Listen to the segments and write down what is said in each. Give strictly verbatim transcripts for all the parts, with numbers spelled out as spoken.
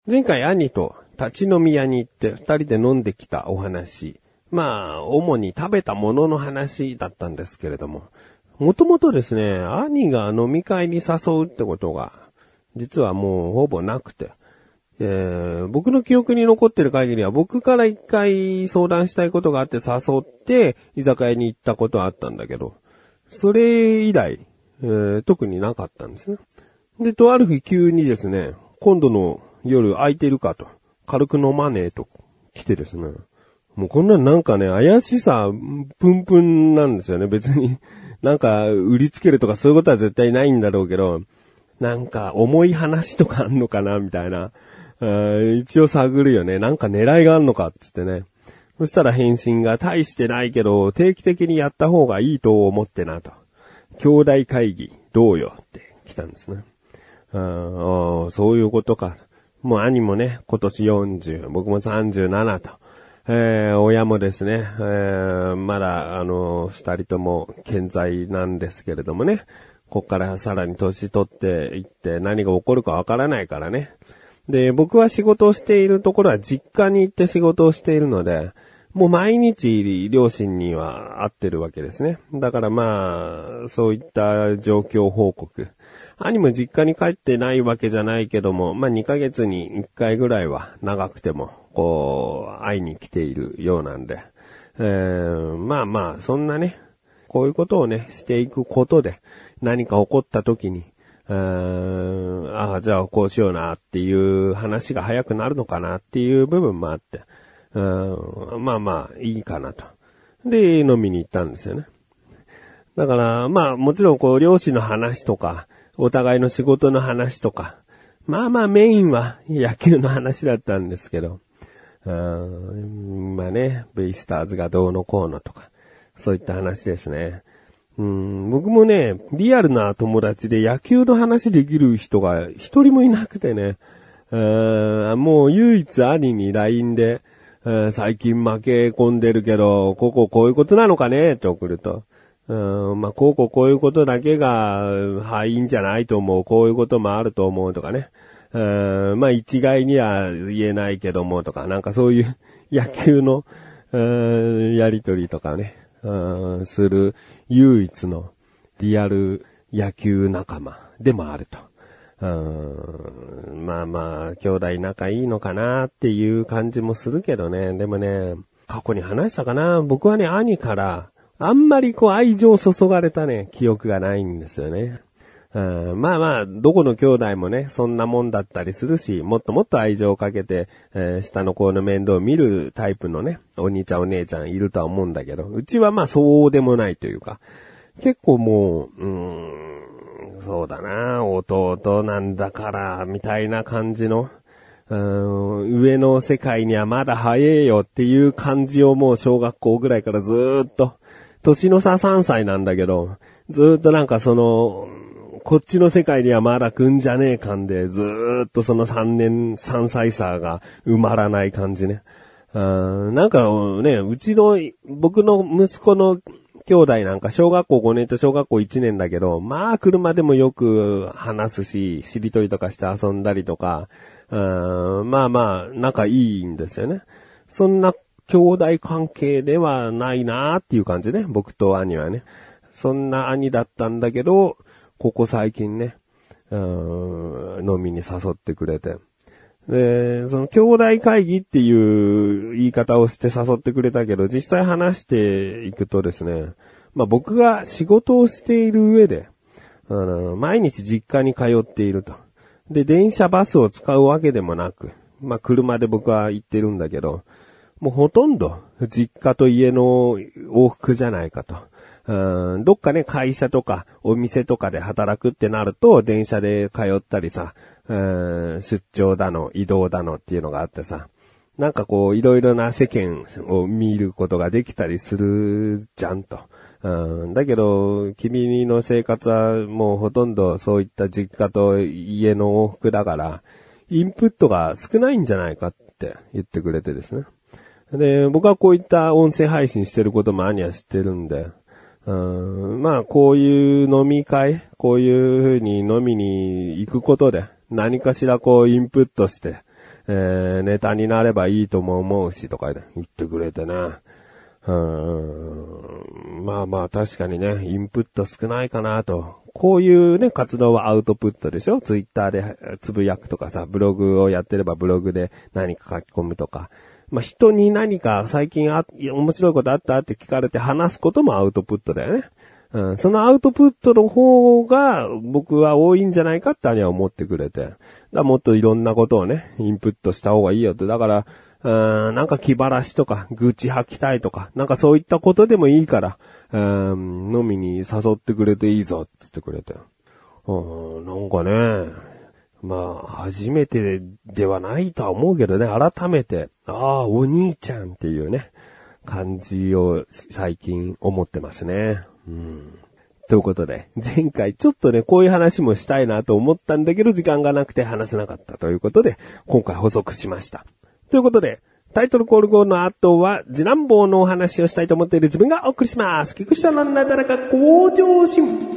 前回兄と立ち飲み屋に行って二人で飲んできたお話。まあ、主に食べたものの話だったんですけれども。もともとですね、兄が飲み会に誘うってことが、実はもうほぼなくて。えー、僕の記憶に残ってる限りは僕から一回相談したいことがあって誘って居酒屋に行ったことはあったんだけど、それ以来、えー、特になかったんですね。で、とある日急にですね、今度の夜空いてるかと、軽く飲まねえと来てですね、もうこんなんなんかね、怪しさ、プンプンなんですよね。別になんか売りつけるとかそういうことは絶対ないんだろうけど、なんか重い話とかあんのかなみたいな。一応探るよね。なんか狙いがあんのかっつってね。そしたら返信が大してないけど定期的にやった方がいいと思ってなと。兄弟会議どうよって来たんですね。ああ、そういうことか。もう兄もね、今年よんじゅう、僕もさんじゅうななと。えー、親もですね、えー、まだあの二人とも健在なんですけれどもね。こっからさらに年取っていって何が起こるかわからないからね。で、僕は仕事をしているところは実家に行って仕事をしているので、もう毎日両親には会ってるわけですね。だからまあ、そういった状況報告。兄も実家に帰ってないわけじゃないけども、まあにかげつにいっかいぐらいは長くても、こう、会いに来ているようなんで。えー、まあまあ、そんなね、こういうことをね、していくことで、何か起こった時に、うーんああ、じゃあこうしようなっていう話が早くなるのかなっていう部分もあって、うーんまあまあいいかなと。で、飲みに行ったんですよね。だから、まあもちろんこう漁師の話とか、お互いの仕事の話とか、まあまあメインは野球の話だったんですけど、うーんまあね、ベイスターズがどうのこうのとか、そういった話ですね。うん、僕もね、リアルな友達で野球の話できる人が一人もいなくてね、うもう唯一兄に ライン で、最近負け込んでるけど、こここういうことなのかねって送ると、うんまあ、こうこうこういうことだけが、はい、いいんじゃないと思う、こういうこともあると思うとかね、うんまあ一概には言えないけどもとか、なんかそういう野球の、うんやりとりとかね、うん、する唯一のリアル野球仲間でもあると。うん、まあまあ、兄弟仲いいのかなっていう感じもするけどね。でもね、過去に話したかな。僕はね、兄からあんまりこう愛情注がれたね、記憶がないんですよね。うん、まあまあ、どこの兄弟もね、そんなもんだったりするし、もっともっと愛情をかけて、えー、下の子の面倒を見るタイプのね、お兄ちゃんお姉ちゃんいるとは思うんだけど、うちはまあそうでもないというか、結構もう、うーん、そうだな、弟なんだから、みたいな感じの、うーん、上の世界にはまだ早えよっていう感じをもう小学校ぐらいからずーっと、年の差さんさいなんだけど、ずーっとなんかその、こっちの世界にはまだ来んじゃねえ感で、ずーっとそのさんねん、さんさい差が埋まらない感じね。あなんかね、うちの、僕の息子の兄弟なんか小学校ごねんと小学校いちねんだけど、まあ車でもよく話すし、しりとりとかして遊んだりとか、あまあまあ仲いいんですよね。そんな兄弟関係ではないなーっていう感じね、僕と兄はね。そんな兄だったんだけど、ここ最近ね、うーん飲みに誘ってくれて。で、その兄弟会議っていう言い方をして誘ってくれたけど、実際話していくとですね、まあ僕が仕事をしている上で、あの、毎日実家に通っていると。で、電車バスを使うわけでもなく、まあ車で僕は行ってるんだけど、もうほとんど実家と家の往復じゃないかと。うんどっかね、会社とかお店とかで働くってなると、電車で通ったりさ、うん出張だの、移動だのっていうのがあってさ、なんかこう、いろいろな世間を見ることができたりするじゃんと。うんだけど、君の生活はもうほとんどそういった実家と家の往復だから、インプットが少ないんじゃないかって言ってくれてですね。で、僕はこういった音声配信してることも兄は知ってるんで、うんまあ、こういう飲み会、こういう風に飲みに行くことで、何かしらこうインプットして、 えー、ネタになればいいとも思うしとか言ってくれてね。うーん、まあまあ確かにね、インプット少ないかなと。こういうね、活動はアウトプットでしょ？ツイッターでつぶやくとかさ、ブログをやってればブログで何か書き込むとか。まあ人に何か最近あ、面白いことあったって聞かれて話すこともアウトプットだよね。うん、そのアウトプットの方が僕は多いんじゃないかって兄は思ってくれて。だからもっといろんなことをね、インプットした方がいいよって。だから、うーん、なんか気晴らしとか、愚痴吐きたいとか、なんかそういったことでもいいから、うーん、飲みに誘ってくれていいぞって言ってくれて。うーん、なんかね、まあ、初めてではないとは思うけどね、改めて、ああ、お兄ちゃんっていうね、感じを最近思ってますね。うん。ということで、前回ちょっとね、こういう話もしたいなと思ったんだけど、時間がなくて話せなかったということで、今回補足しました。ということで、タイトルコール後の後は、次男坊のお話をしたいと思っている自分がお送りします。菊池のなだらか向上心。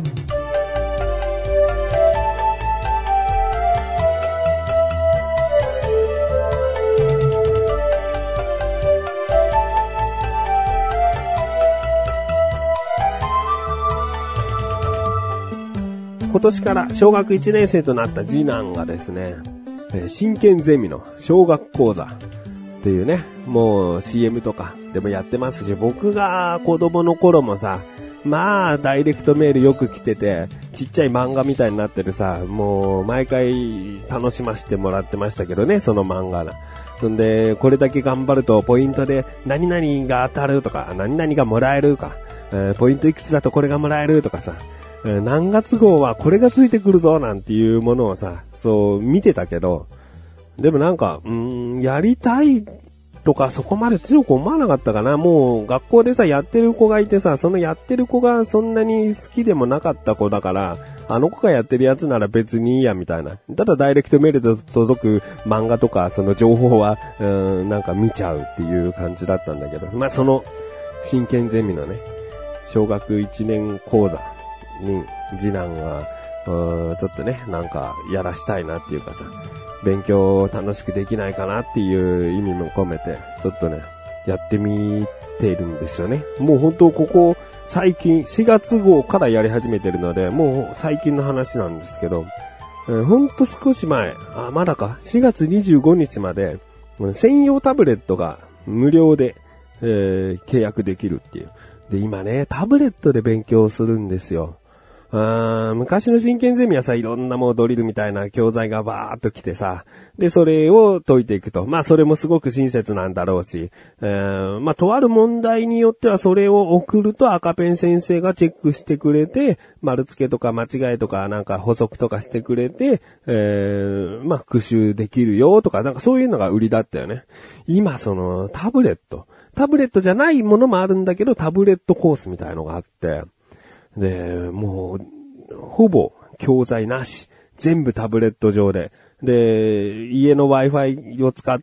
今年から小学いちねん生となった次男がですね、真剣ゼミの小学講座っていうね、もう シーエム とかでもやってますし、僕が子供の頃もさ、まあダイレクトメールよく来てて、ちっちゃい漫画みたいになってるさ、もう毎回楽しませてもらってましたけどね、その漫画な。そんで、これだけ頑張るとポイントで何々が当たるとか、何々がもらえるか、えー、ポイントいくつだとこれがもらえるとかさ、何月号はこれがついてくるぞなんていうものをさ、そう見てたけど、でもなんか、うーん、やりたいとかそこまで強く思わなかったかな。もう学校でさ、やってる子がいてさ、そのやってる子がそんなに好きでもなかった子だから、あの子がやってるやつなら別にいいやみたいな。ただダイレクトメールで届く漫画とかその情報は、うーん、なんか見ちゃうっていう感じだったんだけど、まあその真剣ゼミのね、小学いちねん講座に次男はうーんちょっとねなんかやらしたいなっていうかさ、勉強を楽しくできないかなっていう意味も込めてちょっとねやってみているんですよね。もう本当ここ最近しがつ号からやり始めてるので、もう最近の話なんですけど、えー、ほんと少し前、あまだかしがつにじゅうごにちまで専用タブレットが無料で、えー、契約できるっていう。で今ねタブレットで勉強するんですよ。あ昔の真剣ゼミはさ、いろんなもうドリルみたいな教材がバーっと来てさ、で、それを解いていくと。まあ、それもすごく親切なんだろうし、えー、まあ、とある問題によってはそれを送ると赤ペン先生がチェックしてくれて、丸付けとか間違いとかなんか補足とかしてくれて、えー、まあ、復習できるよとか、なんかそういうのが売りだったよね。今、その、タブレット。タブレットじゃないものもあるんだけど、タブレットコースみたいのがあって、で、もう、ほぼ教材なし。全部タブレット上で。で、家の Wi-Fi を使って、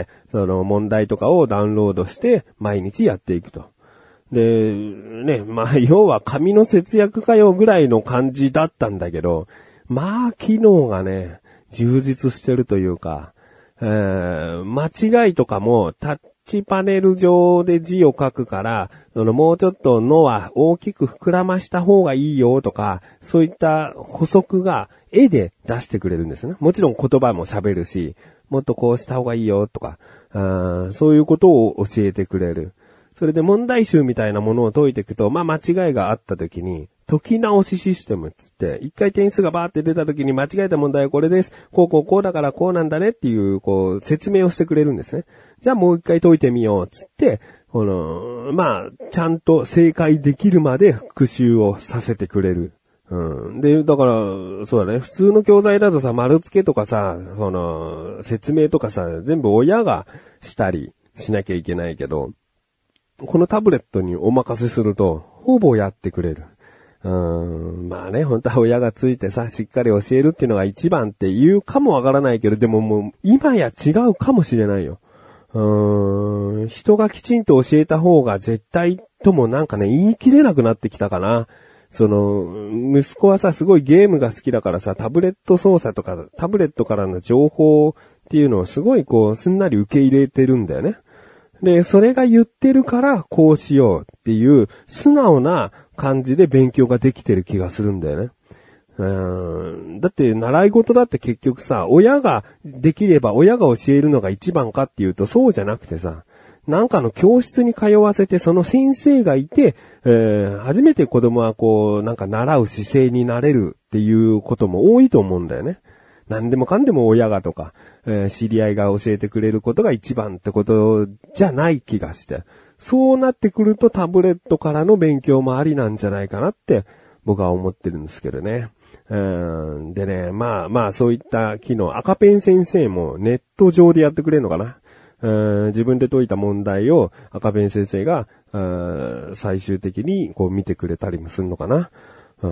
その問題とかをダウンロードして、毎日やっていくと。で、ね、まあ、要は紙の節約かよぐらいの感じだったんだけど、まあ、機能がね、充実してるというか、えー、間違いとかも、タッチパネル上で字を書くから、そのもうちょっとのは大きく膨らました方がいいよとか、そういった補足が絵で出してくれるんですね。もちろん言葉も喋るし、もっとこうした方がいいよとか、あそういうことを教えてくれる。それで問題集みたいなものを解いていくと、まあ間違いがあった時に、解き直しシステムっつって、一回点数がバーって出た時に間違えた問題はこれです。こうこうこうだからこうなんだねっていう、こう説明をしてくれるんですね。じゃあもう一回解いてみようっつって、この、まあ、ちゃんと正解できるまで復習をさせてくれる。うん。で、だから、そうだね。普通の教材だとさ、丸付けとかさ、その、説明とかさ、全部親がしたりしなきゃいけないけど、このタブレットにお任せすると、ほぼやってくれる。うーん、まあね、本当は親がついてさ、しっかり教えるっていうのが一番って言うかもわからないけど、でももう、今や違うかもしれないよ。うーん、人がきちんと教えた方が絶対ともなんかね、言い切れなくなってきたかな。その、息子はさ、すごいゲームが好きだからさ、タブレット操作とか、タブレットからの情報っていうのをすごいこう、すんなり受け入れてるんだよね。で、それが言ってるからこうしようっていう素直な感じで勉強ができてる気がするんだよね。うーんだって習い事だって結局さ、親ができれば親が教えるのが一番かっていうとそうじゃなくてさ、なんかの教室に通わせてその先生がいて、えー、初めて子供はこうなんか習う姿勢になれるっていうことも多いと思うんだよね。何でもかんでも親がとか、えー、知り合いが教えてくれることが一番ってことじゃない気がして。そうなってくるとタブレットからの勉強もありなんじゃないかなって僕は思ってるんですけどね。うんでね、まあまあそういった機能、赤ペン先生もネット上でやってくれるのかな。うん自分で解いた問題を赤ペン先生が最終的にこう見てくれたりもするのかな。うん、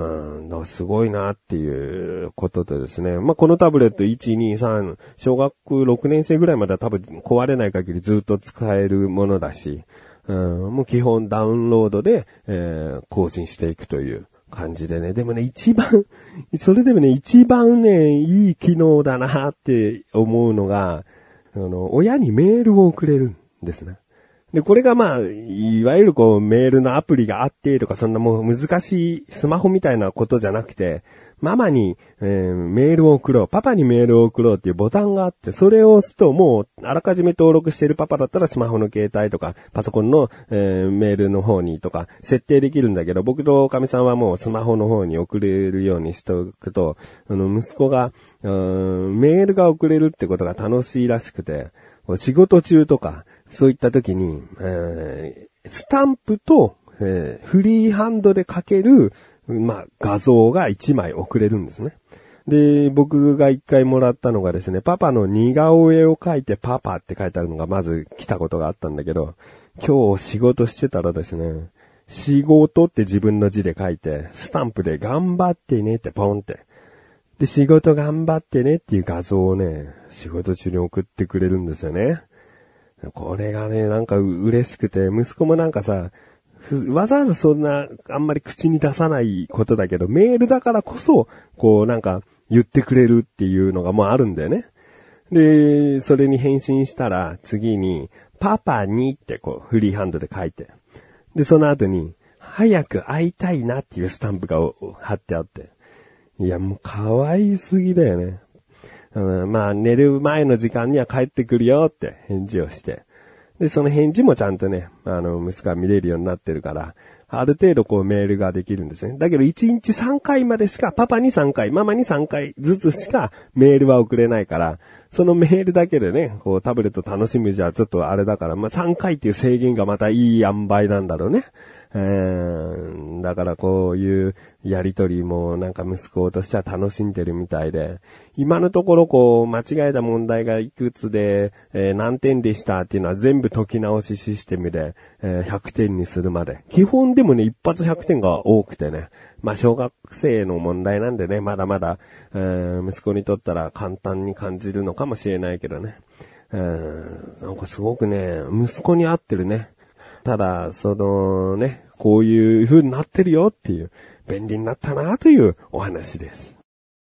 だからすごいなっていうことでですね。まあ、このタブレットいち、に、さん、小学ろくねん生ぐらいまでは多分壊れない限りずっと使えるものだし、うん、もう基本ダウンロードで、えー、更新していくという感じでね。でもね、一番、それでもね、一番ね、いい機能だなって思うのが、あの、親にメールを送れるんですね。で、これがまあ、いわゆるこう、メールのアプリがあってとか、そんなもう難しいスマホみたいなことじゃなくて、ママに、えー、メールを送ろう、パパにメールを送ろうっていうボタンがあって、それを押すともう、あらかじめ登録しているパパだったらスマホの携帯とか、パソコンの、えー、メールの方にとか、設定できるんだけど、僕とかみさんはもうスマホの方に送れるようにしておくと、あの、息子が、うーん、メールが送れるってことが楽しいらしくて、仕事中とか、そういった時に、えー、スタンプと、えー、フリーハンドで書ける、まあ、画像がいちまい送れるんですね。で、僕がいっかいもらったのがですね、パパの似顔絵を描いてパパって書いてあるのがまず来たことがあったんだけど、今日仕事してたらですね、仕事って自分の字で書いて、スタンプで頑張ってねってポンって。で、仕事頑張ってねっていう画像をね、仕事中に送ってくれるんですよね。これがね、なんか嬉しくて、息子もなんかさ、わざわざそんな、あんまり口に出さないことだけど、メールだからこそ、こうなんか言ってくれるっていうのがもうあるんだよね。で、それに返信したら、次に、パパにってこう、フリーハンドで書いて。で、その後に、早く会いたいなっていうスタンプが貼ってあって。いや、もう可愛すぎだよね。うん、まあ、寝る前の時間には帰ってくるよって返事をして。で、その返事もちゃんとね、あの、息子が見れるようになってるから、ある程度こうメールができるんですね。だけどいちにちさんかいまでしか、パパにさんかい、ママにさんかいずつしかメールは送れないから、そのメールだけでね、こうタブレット楽しむじゃちょっとあれだから、まあ、さんかいっていう制限がまたいい塩梅なんだろうね。えー、だからこういうやりとりもなんか息子としては楽しんでるみたいで、今のところこう間違えた問題がいくつで、えー、何点でしたっていうのは全部解き直しシステムで、えー、ひゃくてんにするまで。基本でもね、一発ひゃくてんが多くてね。まあ小学生の問題なんでね、まだまだ、えー、息子にとったら簡単に感じるのかもしれないけどね。えー、なんかすごくね、息子に合ってるね。ただ、そのね、こういう風になってるよっていう、便利になったなというお話です。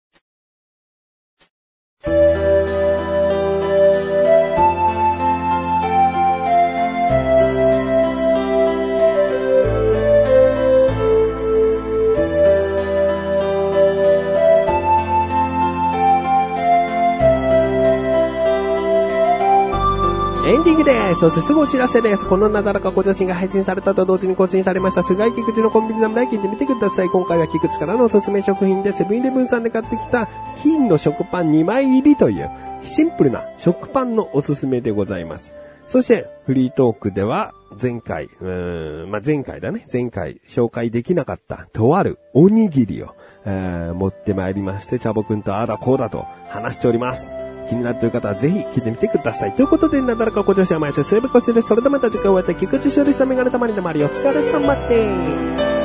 エンディングです。そしてすぐお知らせです。このなだらかご女子が配信されたと同時に更新されました菅井菊池のコンビニ侍聞いてみてください。今回は菊池からのおすすめ食品でセブンイレブンさんで買ってきた金の食パンにまい入りというシンプルな食パンのおすすめでございます。そしてフリートークでは前回、うーん、まあ、前回だね。前回紹介できなかったとあるおにぎりを、えー、持ってまいりまして、チャボくんとあだこうだと話しております。気になるという方はぜひ聞いてみてください。ということで、なだらかご女子は毎週水曜日更新です。それではまた次回お会いいたい菊池勝利さんメガネたまりのまりお疲れ様です。